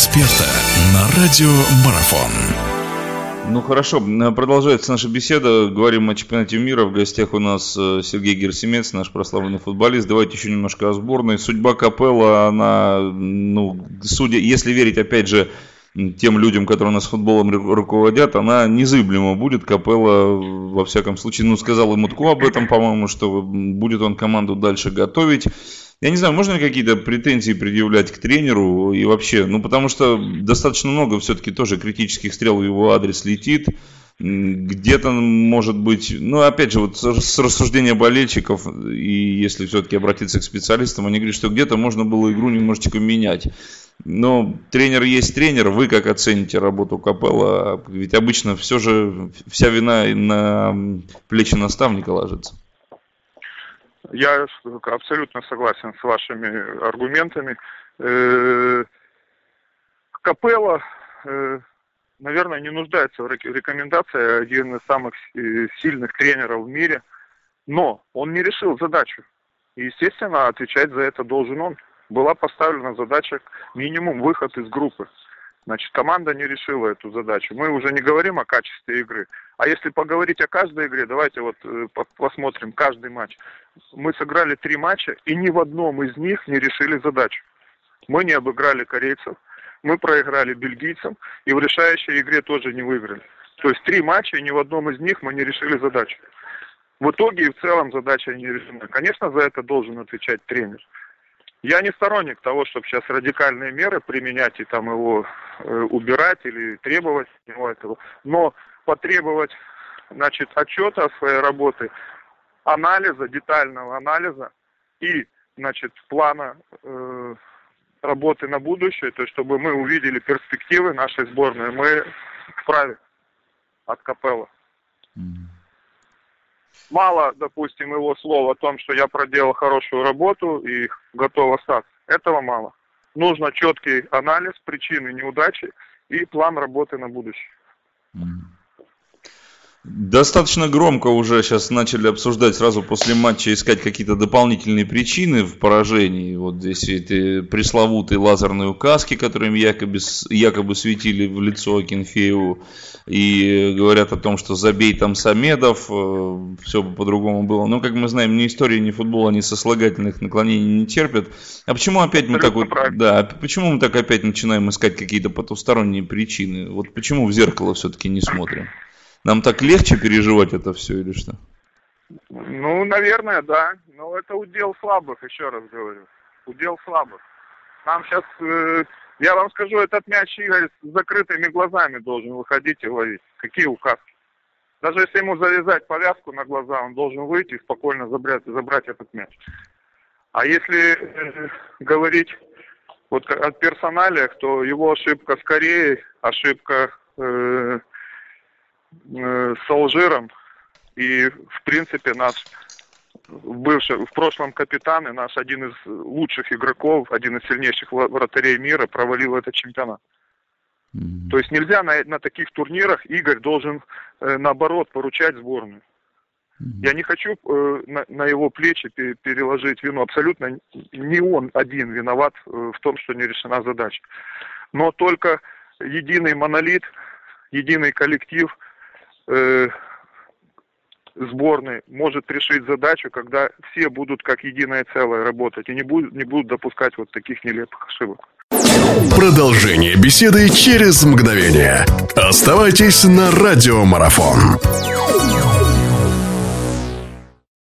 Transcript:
эксперта на радио Марафон. Ну хорошо, продолжается наша беседа. Говорим о чемпионате мира. В гостях у нас Сергей Герасимец, наш прославленный футболист. Давайте еще немножко о сборной. Судьба Капелло, она, судя, если верить, опять же, тем людям, которые у нас футболом руководят, она незыблема будет. Капелло, во всяком случае, сказал и Мутко об этом, по-моему, что будет он команду дальше готовить. Я не знаю, можно ли какие-то претензии предъявлять к тренеру и вообще, потому что достаточно много все-таки тоже критических стрел в его адрес летит. Где-то, может быть, опять же, вот с рассуждения болельщиков, и если все-таки обратиться к специалистам, они говорят, что где-то можно было игру немножечко менять. Но тренер есть тренер, вы как оцените работу Капелло? Ведь обычно все же вся вина на плечи наставника ложится. Я абсолютно согласен с вашими аргументами. Капелло, наверное, не нуждается в рекомендации, один из самых сильных тренеров в мире, но он не решил задачу. И, естественно, отвечать за это должен он. Была поставлена задача минимум выход из группы. Значит, команда не решила эту задачу. Мы уже не говорим о качестве игры. А если поговорить о каждой игре, давайте посмотрим каждый матч. Мы сыграли 3 матча, и ни в одном из них не решили задачу. Мы не обыграли корейцев, мы проиграли бельгийцам, и в решающей игре тоже не выиграли. То есть 3 матча, и ни в одном из них мы не решили задачу. В итоге и в целом задача не решена. Конечно, за это должен отвечать тренер. Я не сторонник того, чтобы сейчас радикальные меры применять и там его убирать или требовать от него этого. Но потребовать, отчета о своей работе, анализа, детального анализа и, плана работы на будущее, то есть чтобы мы увидели перспективы нашей сборной, мы вправе от Капелло. Мало, допустим, его слов о том, что я проделал хорошую работу и готов остаться. Этого мало. Нужно четкий анализ причины неудачи и план работы на будущее. Достаточно громко уже сейчас начали обсуждать сразу после матча, искать какие-то дополнительные причины в поражении. Вот здесь эти пресловутые лазерные указки, которыми якобы светили в лицо Акинфееву. И говорят о том, что забей там Самедов, все бы по-другому было. Но, как мы знаем, ни история, ни футбол, они сослагательных наклонений не терпят. А почему опять мы почему мы так опять начинаем искать какие-то потусторонние причины? Вот почему в зеркало все-таки не смотрим? Нам так легче переживать это все или что? Наверное, да. Но это удел слабых, еще раз говорю. Удел слабых. Нам сейчас, я вам скажу, этот мяч Игорь с закрытыми глазами должен выходить и ловить. Какие указки? Даже если ему завязать повязку на глаза, он должен выйти и спокойно забрать этот мяч. А если говорить о персоналиях, то его ошибка с Кореей, ошибка с Алжиром и, в принципе, наш в прошлом капитан и наш один из лучших игроков, один из сильнейших вратарей мира провалил этот чемпионат. То есть нельзя на таких турнирах Игорь должен, наоборот, поручать сборную. Я не хочу на его плечи переложить вину. Абсолютно не он один виноват в том, что не решена задача. Но только единый монолит, единый коллектив сборной может решить задачу, когда все будут как единое целое работать и не будут допускать таких нелепых ошибок. Продолжение беседы через мгновение. Оставайтесь на радио Марафон.